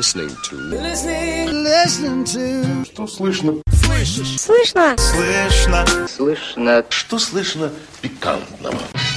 listening to. Что слышно? Слышно. Слышно. Что слышно пикантного?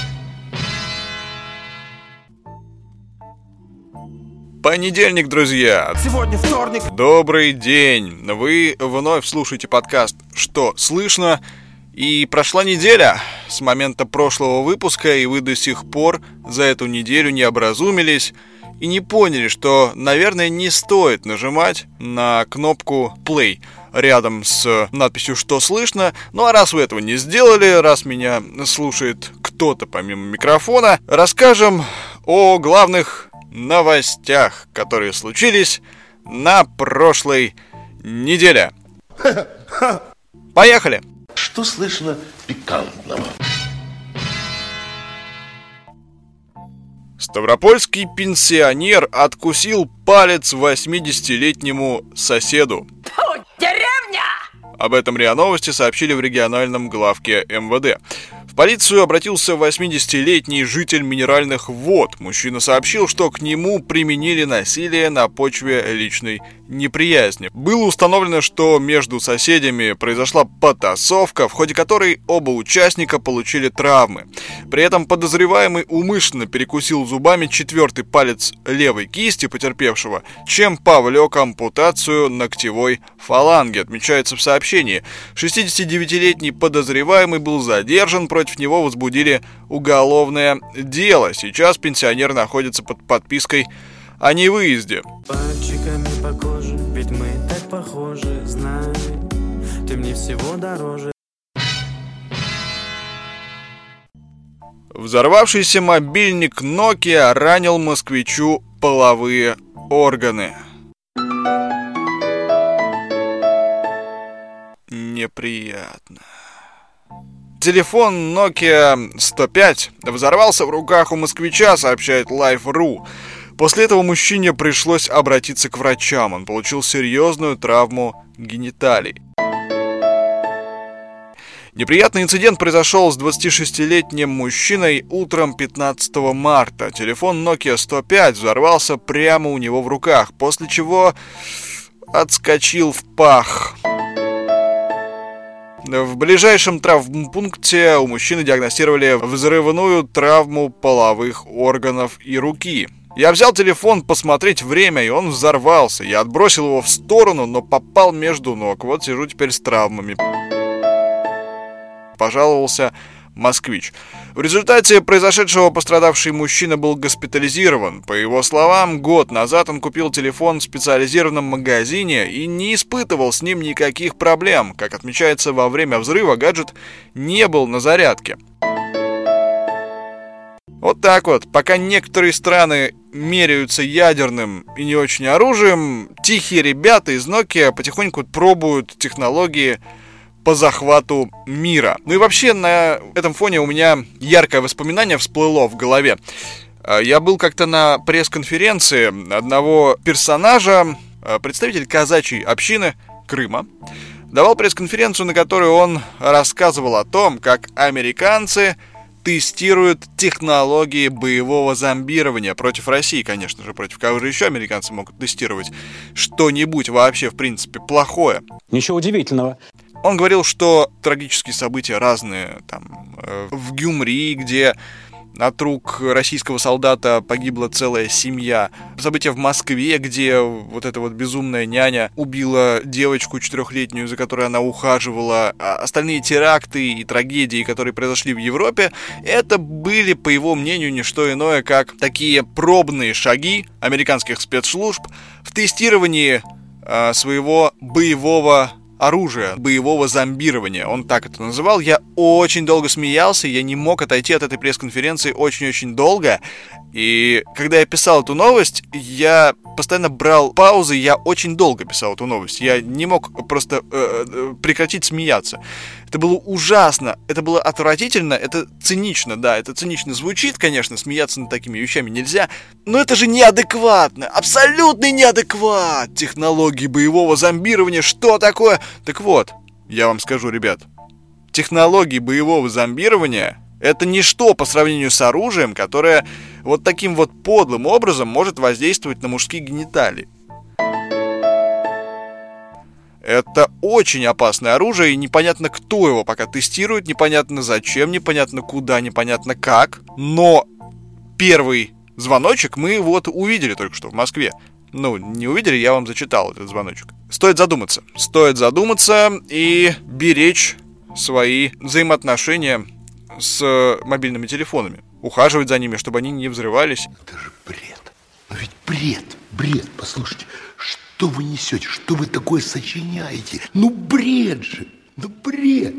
Понедельник, друзья! Сегодня вторник. Добрый день! Вы вновь слушаете подкаст «Что слышно?». И прошла неделя с момента прошлого выпуска, и вы до сих пор за эту неделю не образумились и не поняли, что, наверное, не стоит нажимать на кнопку play рядом с надписью «Что слышно?». Ну а раз вы этого не сделали, раз меня слушает кто-то помимо микрофона, расскажем о главных новостях, которые случились на прошлой неделе. Поехали! Что слышно пикантного? Ставропольский пенсионер откусил палец 80-летнему соседу. Деревня! Об этом РИА Новости сообщили в региональном главке МВД. В полицию обратился 80-летний житель Минеральных Вод. Мужчина сообщил, что к нему применили насилие на почве личной неприязни. Было установлено, что между соседями произошла потасовка, в ходе которой оба участника получили травмы. При этом подозреваемый умышленно перекусил зубами 4-й палец левой кисти потерпевшего, чем повлек ампутацию ногтевой фаланги, отмечается в сообщении. 69-летний подозреваемый был задержан, против него возбудили уголовное дело. Сейчас пенсионер находится под подпиской о невыезде. Пальчиками по коже, ведь мы так похожи, знай, ты мне всего дороже. Взорвавшийся мобильник Nokia ранил москвичу половые органы. Неприятно. Телефон Nokia 105 взорвался в руках у москвича, сообщает Life.ru. После этого мужчине пришлось обратиться к врачам. Он получил серьезную травму гениталий. Неприятный инцидент произошел с 26-летним мужчиной утром 15 марта. Телефон Nokia 105 взорвался прямо у него в руках, после чего отскочил в пах. В ближайшем травмпункте у мужчины диагностировали взрывную травму половых органов и руки. Я взял телефон посмотреть время, и он взорвался. Я отбросил его в сторону, но попал между ног. Вот сижу теперь с травмами. Пожаловался москвич. В результате произошедшего пострадавший мужчина был госпитализирован. По его словам, год назад он купил телефон в специализированном магазине и не испытывал с ним никаких проблем. Как отмечается, во время взрыва гаджет не был на зарядке. Вот так вот. Пока некоторые страны меряются ядерным и не очень оружием, тихие ребята из Nokia потихоньку пробуют технологии по захвату мира. Ну и вообще на этом фоне у меня яркое воспоминание всплыло в голове. Я был как-то на пресс-конференции одного персонажа, представитель казачьей общины Крыма, давал пресс-конференцию, на которой он рассказывал о том, как американцы тестируют технологии боевого зомбирования против России, конечно же, против кого же еще американцы могут тестировать что-нибудь вообще, в принципе, плохое. Ничего удивительного. Он говорил, что трагические события разные, там, в Гюмри, где от рук российского солдата погибла целая семья. События в Москве, где вот эта вот безумная няня убила девочку 4-летнюю, за которой она ухаживала. А остальные теракты и трагедии, которые произошли в Европе, это были, по его мнению, не что иное, как такие пробные шаги американских спецслужб в тестировании своего боевого оружия, боевого зомбирования. Он так это называл. Я очень долго смеялся, я не мог отойти от этой пресс-конференции очень-очень долго. И когда я писал эту новость, я постоянно брал паузы, я очень долго писал эту новость. Я не мог просто прекратить смеяться. Это было ужасно, это было отвратительно, это цинично, да, это цинично звучит, конечно, смеяться над такими вещами нельзя, но это же неадекватно, абсолютный неадекват. Технологии боевого зомбирования, что такое? Так вот, я вам скажу, ребят, технологии боевого зомбирования — это ничто по сравнению с оружием, которое вот таким вот подлым образом может воздействовать на мужские гениталии. Это очень опасное оружие, и непонятно, кто его пока тестирует, непонятно зачем, непонятно куда, непонятно как. Но первый звоночек мы вот увидели только что в Москве. Ну, не увидели, я вам зачитал этот звоночек. Стоит задуматься и беречь свои взаимоотношения с мобильными телефонами. Ухаживать за ними, чтобы они не взрывались. Это же бред. Но ведь бред. Послушайте, что вы несете? Что вы такое сочиняете? Ну бред же, бред.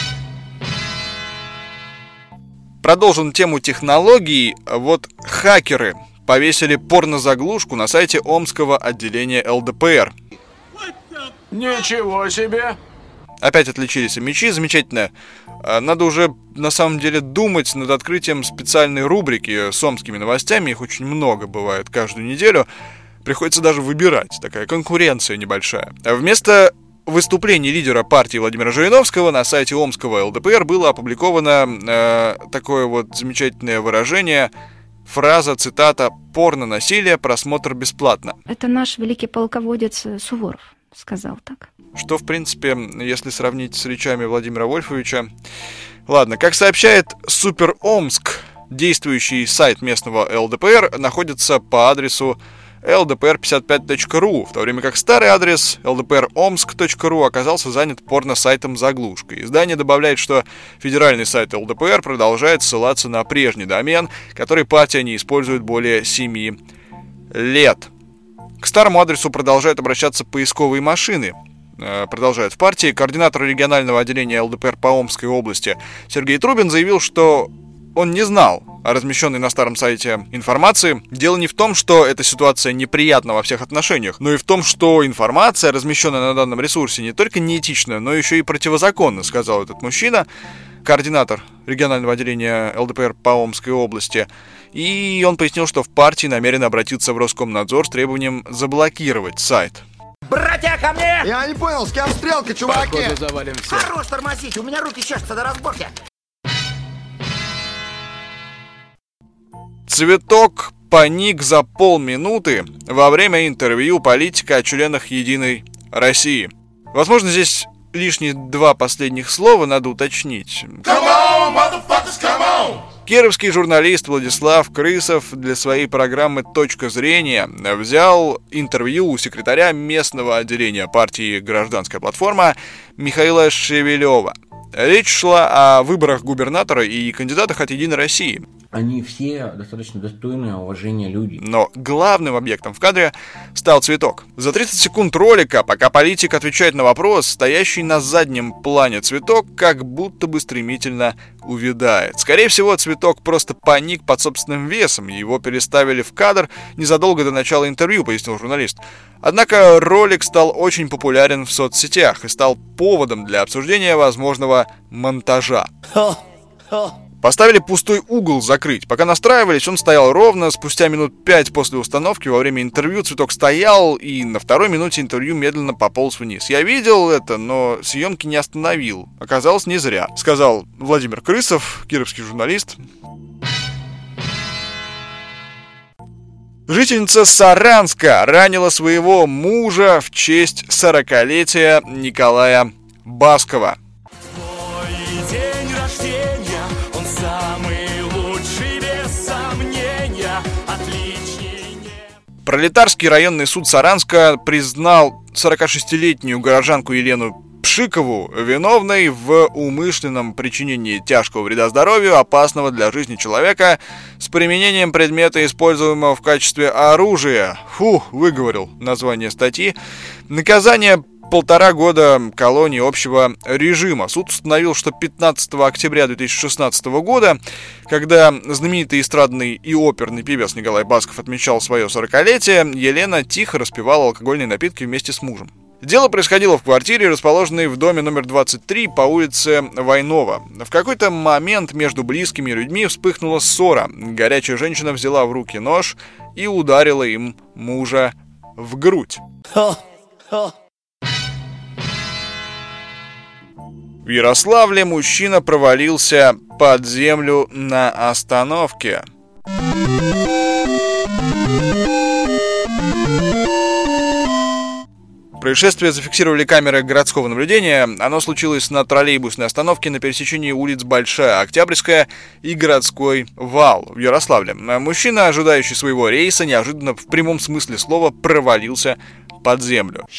Продолжим тему технологий. Вот хакеры повесили порнозаглушку на сайте Омского отделения ЛДПР. Ничего себе! Опять отличились мечи, замечательно. Надо уже, на самом деле, думать над открытием специальной рубрики с омскими новостями. Их очень много бывает каждую неделю. Приходится даже выбирать. Такая конкуренция небольшая. Выступлений лидера партии Владимира Жириновского на сайте Омского ЛДПР было опубликовано такое вот замечательное выражение, фраза, цитата: «Порно-насилие, просмотр бесплатно». Это наш великий полководец Суворов сказал так. Что, в принципе, если сравнить с речами Владимира Вольфовича. Ладно, как сообщает Супер Омск, действующий сайт местного ЛДПР находится по адресу ldpr55.ru, в то время как старый адрес ldpromsk.ru оказался занят порно-сайтом-заглушкой. Издание добавляет, что федеральный сайт ЛДПР продолжает ссылаться на прежний домен, который партия не использует более 7 лет. К старому адресу продолжают обращаться поисковые машины. Продолжают в партии. Координатор регионального отделения ЛДПР по Омской области Сергей Трубин заявил, что он не знал о размещенной на старом сайте информации. Дело не в том, что эта ситуация неприятна во всех отношениях, но и в том, что информация, размещенная на данном ресурсе, не только неэтична, но еще и противозаконна, сказал этот мужчина, координатор регионального отделения ЛДПР по Омской области. И он пояснил, что в партии намерены обратиться в Роскомнадзор с требованием заблокировать сайт. Братья, ко мне! Я не понял, с кем стрелка, чуваки? Походу завалим все. Хорош тормозить, у меня руки чешутся до разборки. Цветок паник за полминуты во время интервью политика о членах Единой России. Возможно, здесь лишние 2 последних слова надо уточнить. Кировский журналист Владислав Крысов для своей программы «Точка зрения» взял интервью у секретаря местного отделения партии «Гражданская платформа» Михаила Шевелева. Речь шла о выборах губернатора и кандидатах от «Единой России». Они все достаточно достойные уважения люди. Но главным объектом в кадре стал цветок. За 30 секунд ролика, пока политик отвечает на вопрос, стоящий на заднем плане цветок как будто бы стремительно увядает. Скорее всего, цветок просто паник под собственным весом, его переставили в кадр незадолго до начала интервью, пояснил журналист. Однако ролик стал очень популярен в соцсетях и стал поводом для обсуждения возможного монтажа. Поставили пустой угол закрыть. Пока настраивались, он стоял ровно. Спустя минут 5 после установки во время интервью цветок стоял, и на 2-й минуте интервью медленно пополз вниз. Я видел это, но съемки не остановил. Оказалось, не зря, сказал Владимир Крысов, кировский журналист. Жительница Саранска ранила своего мужа в честь 40-летия Николая Баскова. Пролетарский районный суд Саранска признал 46-летнюю горожанку Елену Пшикову виновной в умышленном причинении тяжкого вреда здоровью, опасного для жизни человека, с применением предмета, используемого в качестве оружия. Выговорил название статьи. Наказание 1,5 года колонии общего режима. Суд установил, что 15 октября 2016 года, когда знаменитый эстрадный и оперный певец Николай Басков отмечал свое 40-летие, Елена тихо распивала алкогольные напитки вместе с мужем. Дело происходило в квартире, расположенной в доме номер 23 по улице Войнова. В какой-то момент между близкими людьми вспыхнула ссора. Горячая женщина взяла в руки нож и ударила им мужа в грудь. В Ярославле мужчина провалился под землю на остановке. Происшествие зафиксировали камеры городского наблюдения. Оно случилось на троллейбусной остановке на пересечении улиц Большая Октябрьская и Городской Вал в Ярославле. Мужчина, ожидающий своего рейса, неожиданно в прямом смысле слова провалился под землю.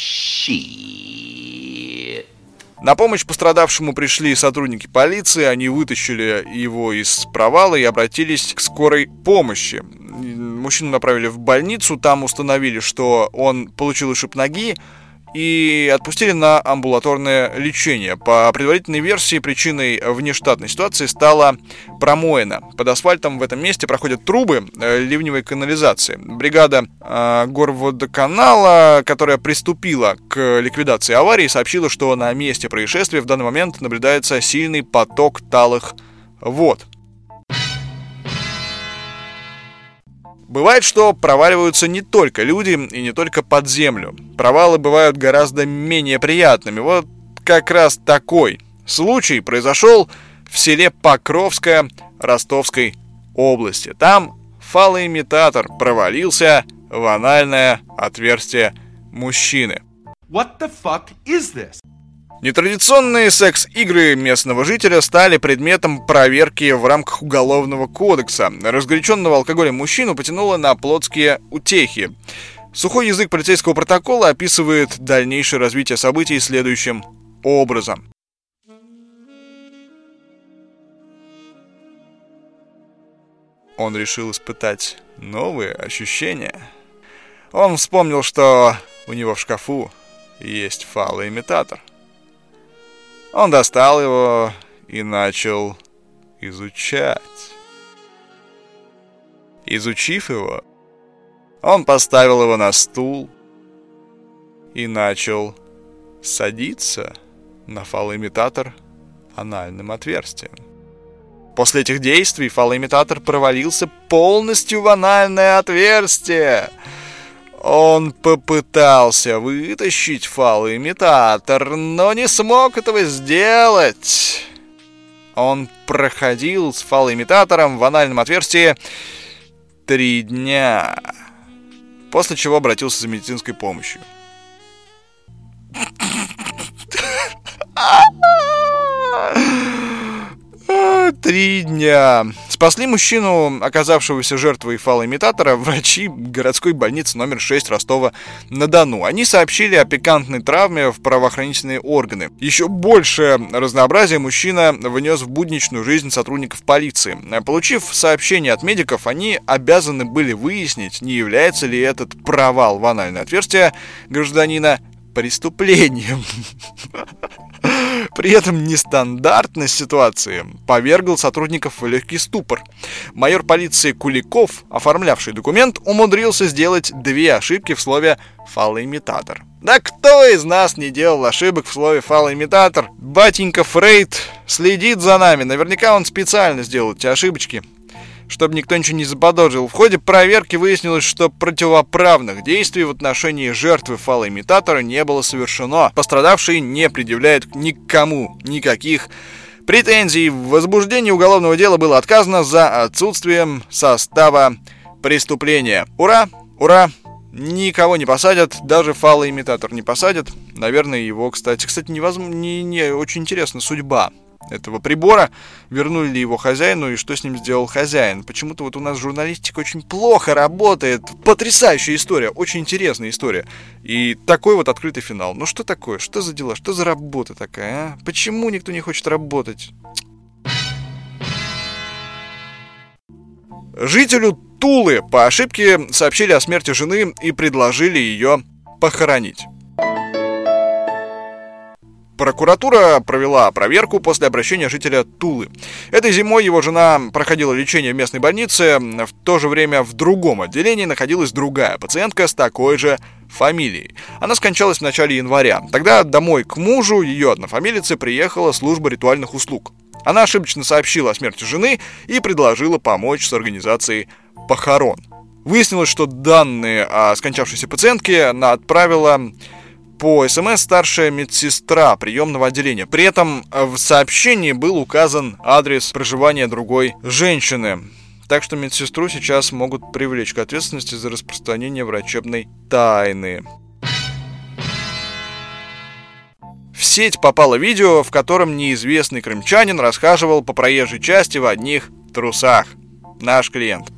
На помощь пострадавшему пришли сотрудники полиции, они вытащили его из провала и обратились к скорой помощи. Мужчину направили в больницу, там установили, что он получил ушиб ноги, и отпустили на амбулаторное лечение. По предварительной версии, причиной внештатной ситуации стала промоина. Под асфальтом в этом месте проходят трубы ливневой канализации. Бригада горводоканала, которая приступила к ликвидации аварии, сообщила, что на месте происшествия в данный момент наблюдается сильный поток талых вод. Бывает, что проваливаются не только люди и не только под землю. Провалы бывают гораздо менее приятными. Вот как раз такой случай произошел в селе Покровское Ростовской области. Там фалоимитатор провалился в анальное отверстие мужчины. What the fuck is this? Нетрадиционные секс-игры местного жителя стали предметом проверки в рамках Уголовного кодекса. Разгоряченного алкоголем мужчину потянуло на плотские утехи. Сухой язык полицейского протокола описывает дальнейшее развитие событий следующим образом. Он решил испытать новые ощущения. Он вспомнил, что у него в шкафу есть фалоимитатор. Он достал его и начал изучать. Изучив его, он поставил его на стул и начал садиться на фалоимитатор анальным отверстием. После этих действий фалоимитатор провалился полностью в анальное отверстие. Он попытался вытащить фалоимитатор, но не смог этого сделать. Он проходил с фалоимитатором в анальном отверстии 3 дня, после чего обратился за медицинской помощью. 3 дня. Спасли мужчину, оказавшегося жертвой фалоимитатора, врачи городской больницы номер 6 Ростова-на-Дону. Они сообщили о пикантной травме в правоохранительные органы. Еще больше разнообразия мужчина внес в будничную жизнь сотрудников полиции. Получив сообщение от медиков, они обязаны были выяснить, не является ли этот провал в анальное отверстие гражданина преступлением. При этом нестандартность ситуации повергла сотрудников в легкий ступор. Майор полиции Куликов, оформлявший документ, умудрился сделать 2 ошибки в слове «фалоимитатор». Да кто из нас не делал ошибок в слове «фалоимитатор»? Батенька Фрейд следит за нами, наверняка он специально сделал эти ошибочки, чтобы никто ничего не заподозрил. В ходе проверки выяснилось, что противоправных действий в отношении жертвы фалоимитатора не было совершено. Пострадавший не предъявляет никому никаких претензий. В возбуждении уголовного дела было отказано за отсутствием состава преступления. Ура! Ура! Никого не посадят, даже фалоимитатор не посадят. Наверное, его, кстати, невозможно, не очень интересна судьба этого прибора. Вернули ли его хозяину и что с ним сделал хозяин? Почему-то вот у нас журналистика очень плохо работает. Потрясающая история, очень интересная история. И такой вот открытый финал. Ну что такое? Что за дела? Что за работа такая, а? Почему никто не хочет работать? Жителю Тулы по ошибке сообщили о смерти жены и предложили ее похоронить. Прокуратура провела проверку после обращения жителя Тулы. Этой зимой его жена проходила лечение в местной больнице. В то же время в другом отделении находилась другая пациентка с такой же фамилией. Она скончалась в начале января. Тогда домой к мужу ее однофамилицы приехала служба ритуальных услуг. Она ошибочно сообщила о смерти жены и предложила помочь с организацией похорон. Выяснилось, что данные о скончавшейся пациентке она отправила по СМС старшая медсестра приемного отделения. При этом в сообщении был указан адрес проживания другой женщины. Так что медсестру сейчас могут привлечь к ответственности за распространение врачебной тайны. сеть попало видео, в котором неизвестный крымчанин расхаживал по проезжей части в одних трусах. Наш клиент.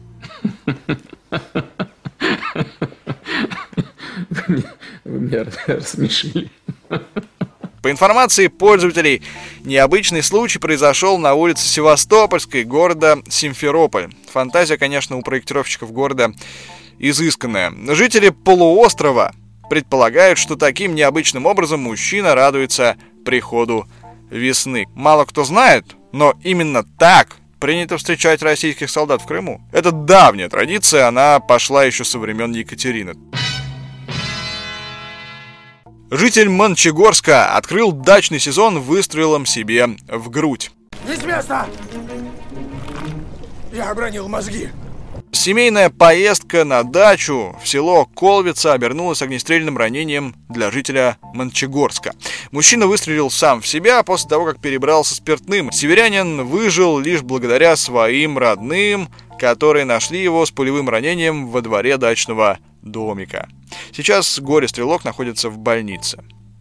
Вы меня рассмешили. По информации пользователей, необычный случай произошел на улице Севастопольской города Симферополь. Фантазия, конечно, у проектировщиков города изысканная. Жители полуострова предполагают, что таким необычным образом мужчина радуется приходу весны. Мало кто знает, но именно так принято встречать российских солдат в Крыму. Это давняя традиция, она пошла еще со времен Екатерины. Житель Мончегорска открыл дачный сезон выстрелом себе в грудь. Не с места! Я обронил мозги. Семейная поездка на дачу в село Колвица обернулась огнестрельным ранением для жителя Мончегорска. Мужчина выстрелил сам в себя после того, как перебрался спиртным. Северянин выжил лишь благодаря своим родным, которые нашли его с пулевым ранением во дворе дачного домика. Сейчас горе-стрелок находится в больнице.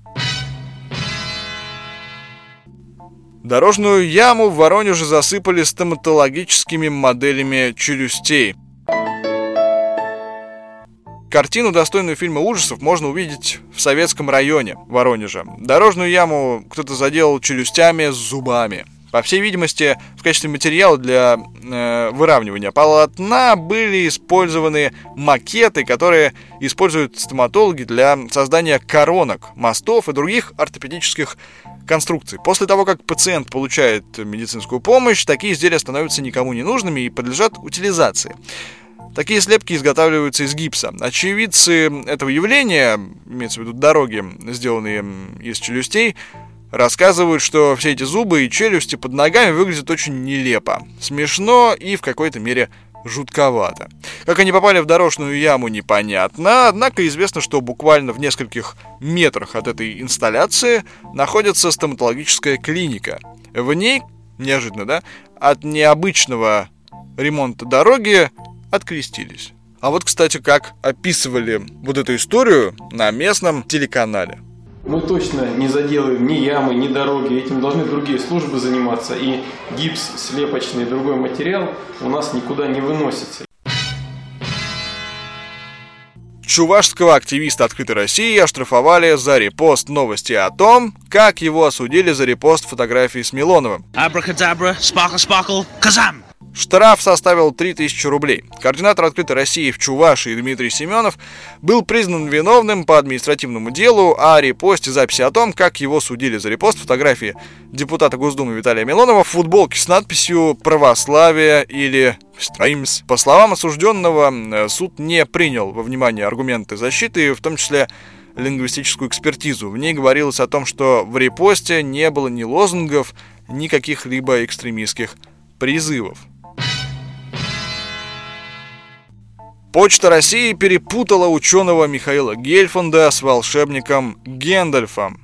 Дорожную яму в Воронеже засыпали стоматологическими моделями челюстей. Картину, достойную фильма ужасов, можно увидеть в Советском районе Воронежа. Дорожную яму кто-то заделал челюстями с зубами. По всей видимости, в качестве материала для выравнивания полотна были использованы макеты, которые используют стоматологи для создания коронок, мостов и других ортопедических конструкций. После того, как пациент получает медицинскую помощь, такие изделия становятся никому не нужными и подлежат утилизации. Такие слепки изготавливаются из гипса. Очевидцы этого явления, имеется в виду дороги, сделанные из челюстей, рассказывают, что все эти зубы и челюсти под ногами выглядят очень нелепо, смешно и в какой-то мере жутковато. Как они попали в дорожную яму, непонятно, однако известно, что буквально в нескольких метрах от этой инсталляции находится стоматологическая клиника. В ней, неожиданно, да, от необычного ремонта дороги открестились. А вот, кстати, как описывали вот эту историю на местном телеканале. Мы точно не заделаем ни ямы, ни дороги. Этим должны другие службы заниматься. И гипс, слепочный и другой материал у нас никуда не выносится. Чувашского активиста «Открытой России» оштрафовали за репост новости о том, как его осудили за репост фотографий с Милоновым. Абракадабра, спакл, казам! Штраф составил 3000 рублей. Координатор «Открытой России» в Чувашии Дмитрий Семенов был признан виновным по административному делу о репосте записи о том, как его судили за репост фотографии депутата Госдумы Виталия Милонова в футболке с надписью «Православие» или «Строимс». По словам осужденного, суд не принял во внимание аргументы защиты, в том числе лингвистическую экспертизу. В ней говорилось о том, что в репосте не было ни лозунгов, ни каких-либо экстремистских призывов. Почта России перепутала ученого Михаила Гельфанда с волшебником Гэндальфом.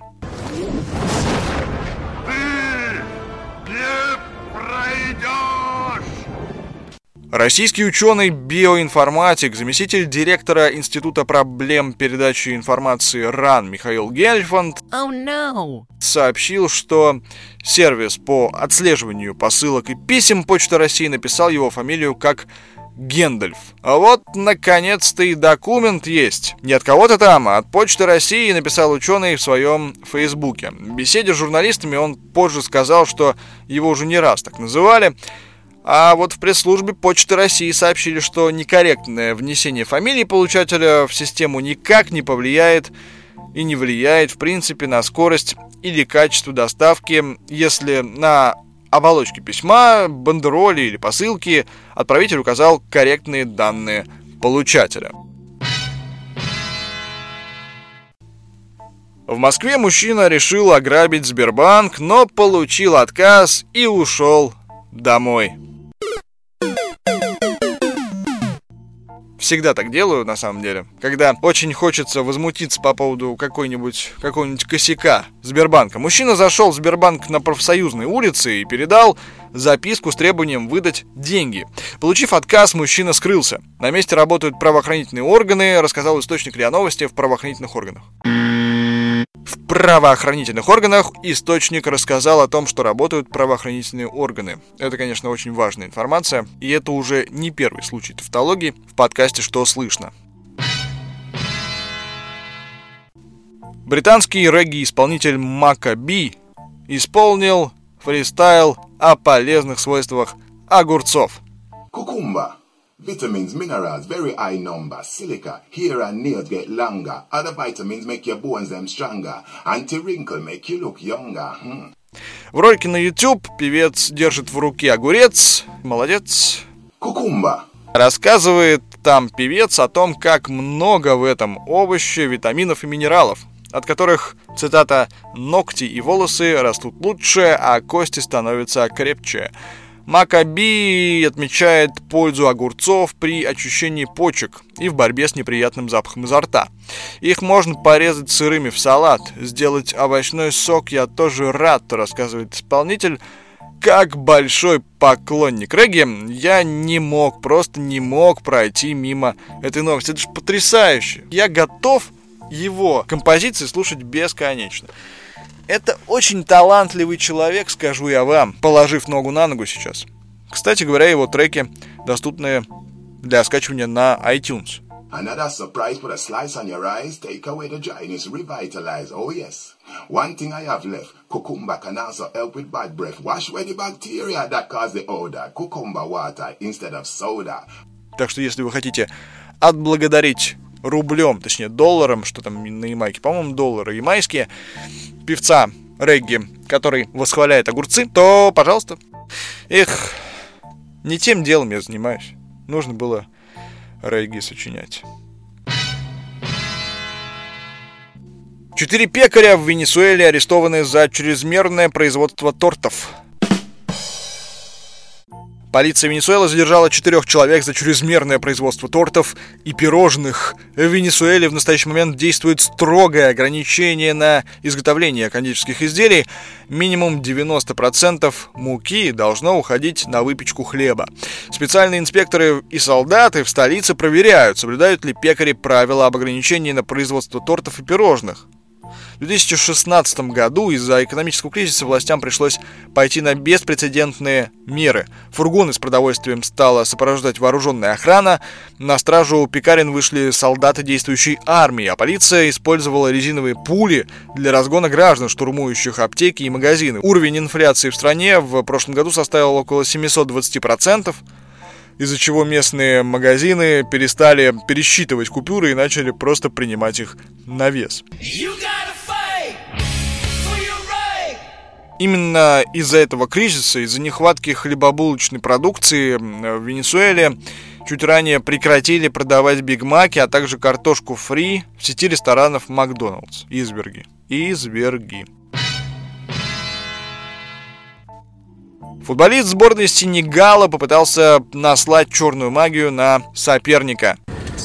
Российский ученый-биоинформатик, заместитель директора Института проблем передачи информации РАН Михаил Гельфанд сообщил, что сервис по отслеживанию посылок и писем Почта России написал его фамилию как Гэндальф. А вот, наконец-то, и документ есть. Не от кого-то там, а от Почты России, написал ученый в своем фейсбуке. В беседе с журналистами он позже сказал, что его уже не раз так называли. А вот в пресс-службе Почты России сообщили, что некорректное внесение фамилии получателя в систему никак не повлияет и не влияет, в принципе, на скорость или качество доставки, если на оболочке письма, бандероли или посылки отправитель указал корректные данные получателя. В Москве мужчина решил ограбить Сбербанк, но получил отказ и ушел домой. Всегда так делаю, на самом деле. Когда очень хочется возмутиться по поводу какого-нибудь косяка Сбербанка. Мужчина зашел в Сбербанк на Профсоюзной улице и передал записку с требованием выдать деньги. Получив отказ, мужчина скрылся. На месте работают правоохранительные органы, рассказал источник РИА Новости в правоохранительных органах. В правоохранительных органах. Источник рассказал о том, что работают правоохранительные органы. Это, конечно, очень важная информация, и это уже не первый случай тавтологии в подкасте «Что слышно?». Британский регги-исполнитель Macka B исполнил фристайл о полезных свойствах огурцов. Cucumber. Vitamins, minerals, very high number. Silica, hair and nails get longer. Other vitamins make your bones them stronger. Anti-wrinkle make you look younger. В ролике на YouTube певец держит в руке огурец. Молодец. Cucumber. Рассказывает там певец о том, как много в этом овоще витаминов и минералов, от которых, цитата, «ногти и волосы растут лучше, а кости становятся крепче». Macka B отмечает пользу огурцов при очищении почек и в борьбе с неприятным запахом изо рта. Их можно порезать сырыми в салат, сделать овощной сок я тоже рад, рассказывает исполнитель. Как большой поклонник регги, я просто не мог пройти мимо этой новости. Это же потрясающе. Я готов его композиции слушать бесконечно. Это очень талантливый человек, скажу я вам, положив ногу на ногу сейчас. Кстати говоря, его треки доступны для скачивания на iTunes. Another surprise, put a slice on your eyes, take away the dryness, revitalize, oh yes. One thing I have left, cucumber can also help with bad breath. Wash away the bacteria that cause the odor. Cucumber water instead of soda. Так что если вы хотите отблагодарить рублем, точнее долларом, что там на Ямайке, по-моему, доллары ямайские, певца регги, который восхваляет огурцы, то, пожалуйста. Эх, не тем делом я занимаюсь. Нужно было регги сочинять. 4 пекаря в Венесуэле арестованы за чрезмерное производство тортов. Полиция Венесуэлы задержала 4 человек за чрезмерное производство тортов и пирожных. В Венесуэле в настоящий момент действует строгое ограничение на изготовление кондитерских изделий. Минимум 90% муки должно уходить на выпечку хлеба. Специальные инспекторы и солдаты в столице проверяют, соблюдают ли пекари правила об ограничении на производство тортов и пирожных. В 2016 году из-за экономического кризиса властям пришлось пойти на беспрецедентные меры. Фургоны с продовольствием стала сопровождать вооруженная охрана, на стражу пекарен вышли солдаты действующей армии, а полиция использовала резиновые пули для разгона граждан, штурмующих аптеки и магазины. Уровень инфляции в стране в прошлом году составил около 720%, из-за чего местные магазины перестали пересчитывать купюры и начали просто принимать их на вес. Именно из-за этого кризиса, из-за нехватки хлебобулочной продукции в Венесуэле чуть ранее прекратили продавать бигмаки, а также картошку фри в сети ресторанов Макдоналдс. Изверги. Футболист сборной Сенегала попытался наслать черную магию на соперника.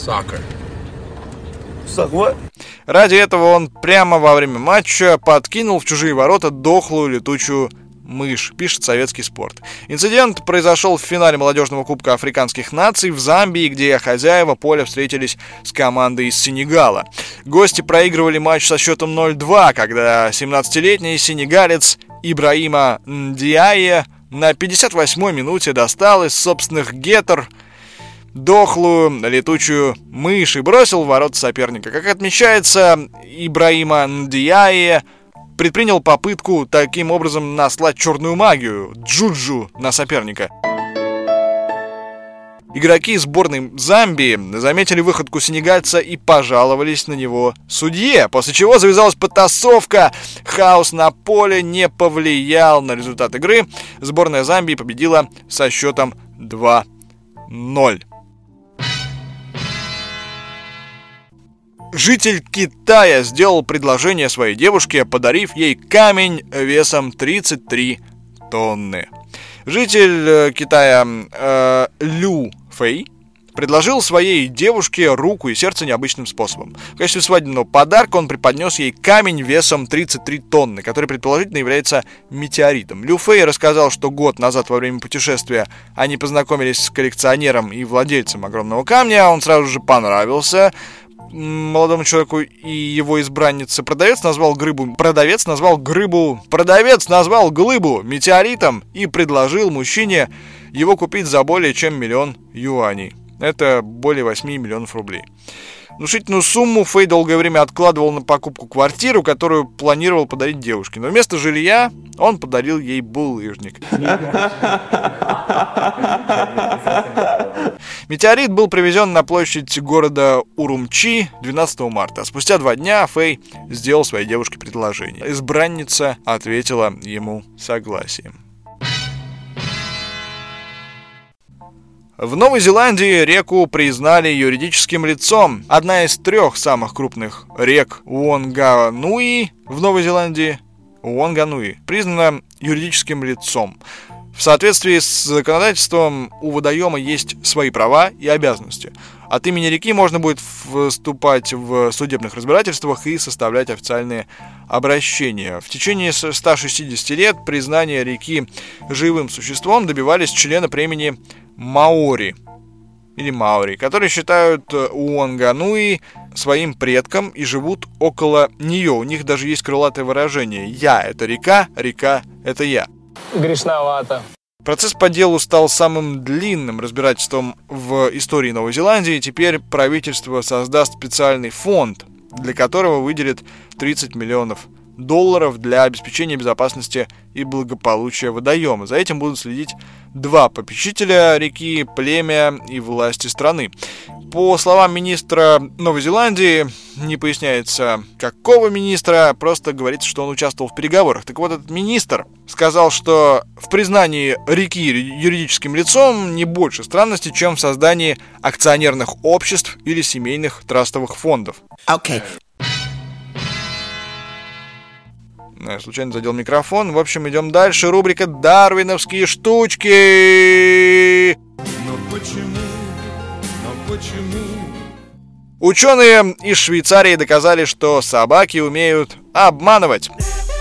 Ради этого он прямо во время матча подкинул в чужие ворота дохлую летучую мышь, пишет Советский спорт. Инцидент произошел в финале молодежного кубка африканских наций в Замбии, где хозяева поля встретились с командой из Сенегала. Гости проигрывали матч со счетом 0-2, когда 17-летний сенегалец Ибраима Ндиае на 58-й минуте достал из собственных гетер дохлую летучую мышь и бросил в ворота соперника. Как отмечается, Ибраима Ндиае предпринял попытку таким образом наслать черную магию, джуджу, на соперника. Игроки сборной Замбии заметили выходку сенегальца и пожаловались на него судье, после чего завязалась потасовка. Хаос на поле не повлиял на результат игры. Сборная Замбии победила со счетом 2-0. Житель Китая сделал предложение своей девушке, подарив ей камень весом 33 тонны. Житель Китая Лю Фэй предложил своей девушке руку и сердце необычным способом. В качестве свадебного подарка он преподнес ей камень весом 33 тонны, который предположительно является метеоритом. Лю Фэй рассказал, что год назад во время путешествия они познакомились с коллекционером и владельцем огромного камня, он сразу же понравился, молодому человеку и его избраннице. Продавец назвал глыбу метеоритом и предложил мужчине его купить за более чем 1 000 000 юаней. Это более 8 миллионов рублей. Внушительную сумму Фэй долгое время откладывал на покупку квартиры, которую планировал подарить девушке. Но вместо жилья он подарил ей булыжник. Метеорит был привезен на площадь города Урумчи 12 марта. Спустя 2 дня Фэй сделал своей девушке предложение. Избранница ответила ему согласием. В Новой Зеландии реку признали юридическим лицом. Одна из 3 самых крупных рек Уонгануи в Новой Зеландии, признана юридическим лицом. В соответствии с законодательством у водоема есть свои права и обязанности. От имени реки можно будет вступать в судебных разбирательствах и составлять официальные обращения. В течение 160 лет признания реки живым существом добивались члены племени Маори, которые считают Уонгануи своим предком и живут около нее. У них даже есть крылатое выражение: «Я — это река, река — это я». Грешновато. Процесс по делу стал самым длинным разбирательством в истории Новой Зеландии. Теперь правительство создаст специальный фонд, для которого выделит $30 миллионов для обеспечения безопасности и благополучия водоема. За этим будут следить 2 попечителя реки, племя и власти страны. По словам министра Новой Зеландии, не поясняется, какого министра, просто говорится, что он участвовал в переговорах. Так вот, этот министр сказал, что в признании реки юридическим лицом не больше странностей, чем в создании акционерных обществ или семейных трастовых фондов. Okay. Я случайно задел микрофон. В общем, идем дальше. Рубрика «Дарвиновские штучки». Но почему? Ученые из Швейцарии доказали, что собаки умеют обманывать.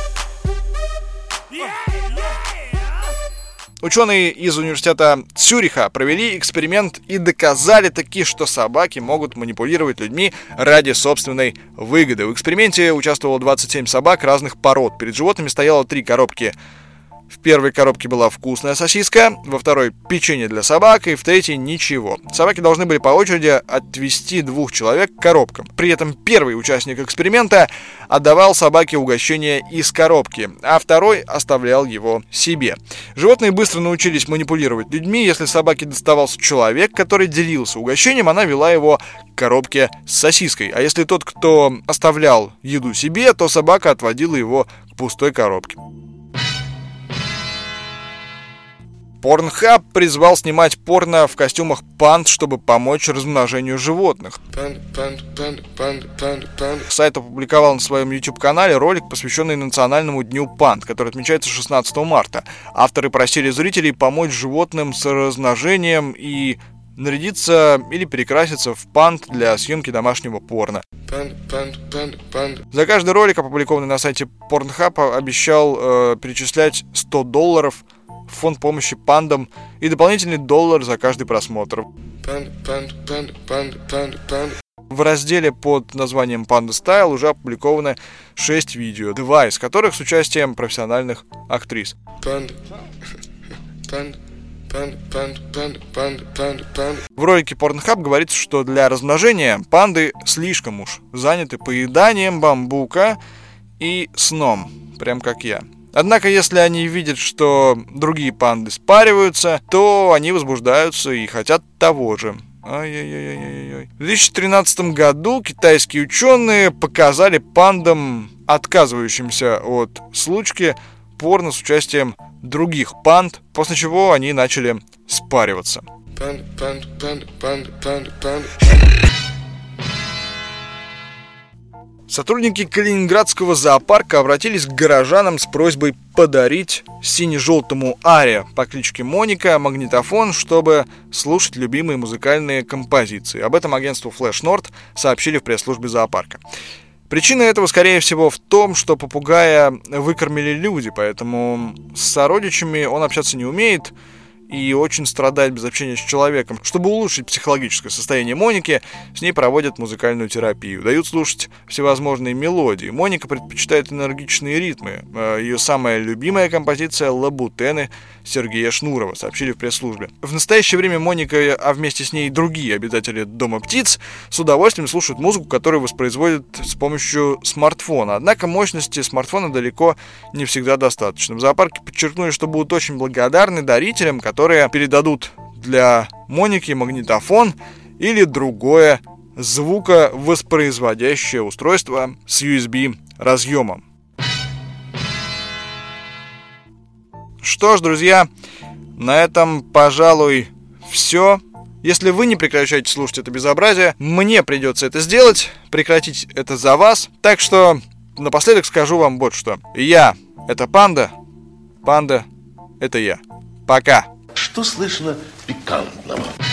Ученые из университета Цюриха провели эксперимент и доказали таки, что собаки могут манипулировать людьми ради собственной выгоды. В эксперименте участвовало 27 собак разных пород. Перед животными стояло 3 коробки. В первой коробке была вкусная сосиска, во второй печенье для собак и в третьей ничего. Собаки должны были по очереди отвести 2 человек к коробкам. При этом первый участник эксперимента отдавал собаке угощение из коробки, а второй оставлял его себе. Животные быстро научились манипулировать людьми. Если собаке доставался человек, который делился угощением, она вела его к коробке с сосиской. А если тот, кто оставлял еду себе, то собака отводила его к пустой коробке. Pornhub призвал снимать порно в костюмах панд, чтобы помочь размножению животных. Сайт опубликовал на своем YouTube-канале ролик, посвященный Национальному дню панд, который отмечается 16 марта. Авторы просили зрителей помочь животным с размножением и нарядиться или перекраситься в панд для съемки домашнего порно. За каждый ролик, опубликованный на сайте Pornhub, обещал перечислять $100 в фонд помощи пандам и дополнительный $1 за каждый просмотр. В разделе под названием Panda Style уже опубликовано 6 видео, 2 из которых с участием профессиональных актрис. В ролике Pornhub говорится, что для размножения панды слишком уж заняты поеданием бамбука и сном, прям как я. Однако, если они видят, что другие панды спариваются, то они возбуждаются и хотят того же. В 2013 году китайские ученые показали пандам, отказывающимся от случки, порно с участием других панд, после чего они начали спариваться. Сотрудники Калининградского зоопарка обратились к горожанам с просьбой подарить сине-желтому Аре по кличке Моника магнитофон, чтобы слушать любимые музыкальные композиции. Об этом агентству Flash Nord сообщили в пресс-службе зоопарка. Причина этого, скорее всего, в том, что попугая выкормили люди, поэтому с сородичами он общаться не умеет и очень страдает без общения с человеком. Чтобы улучшить психологическое состояние Моники, с ней проводят музыкальную терапию. Дают слушать всевозможные мелодии. Моника предпочитает энергичные ритмы. Ее самая любимая композиция «Лабутены» Сергея Шнурова, сообщили в пресс-службе. В настоящее время Моника, а вместе с ней и другие обитатели Дома птиц, с удовольствием слушают музыку, которую воспроизводят с помощью смартфона. Однако мощности смартфона далеко не всегда достаточно. В зоопарке подчеркнули, что будут очень благодарны дарителям, которые передадут для Моники магнитофон или другое звуковоспроизводящее устройство с USB-разъемом. Что ж, друзья, на этом, пожалуй, все. Если вы не прекращаете слушать это безобразие, мне придется это сделать, прекратить это за вас. Так что напоследок скажу вам вот что. Я — это панда, панда — это я. Пока. Что слышно пикантного?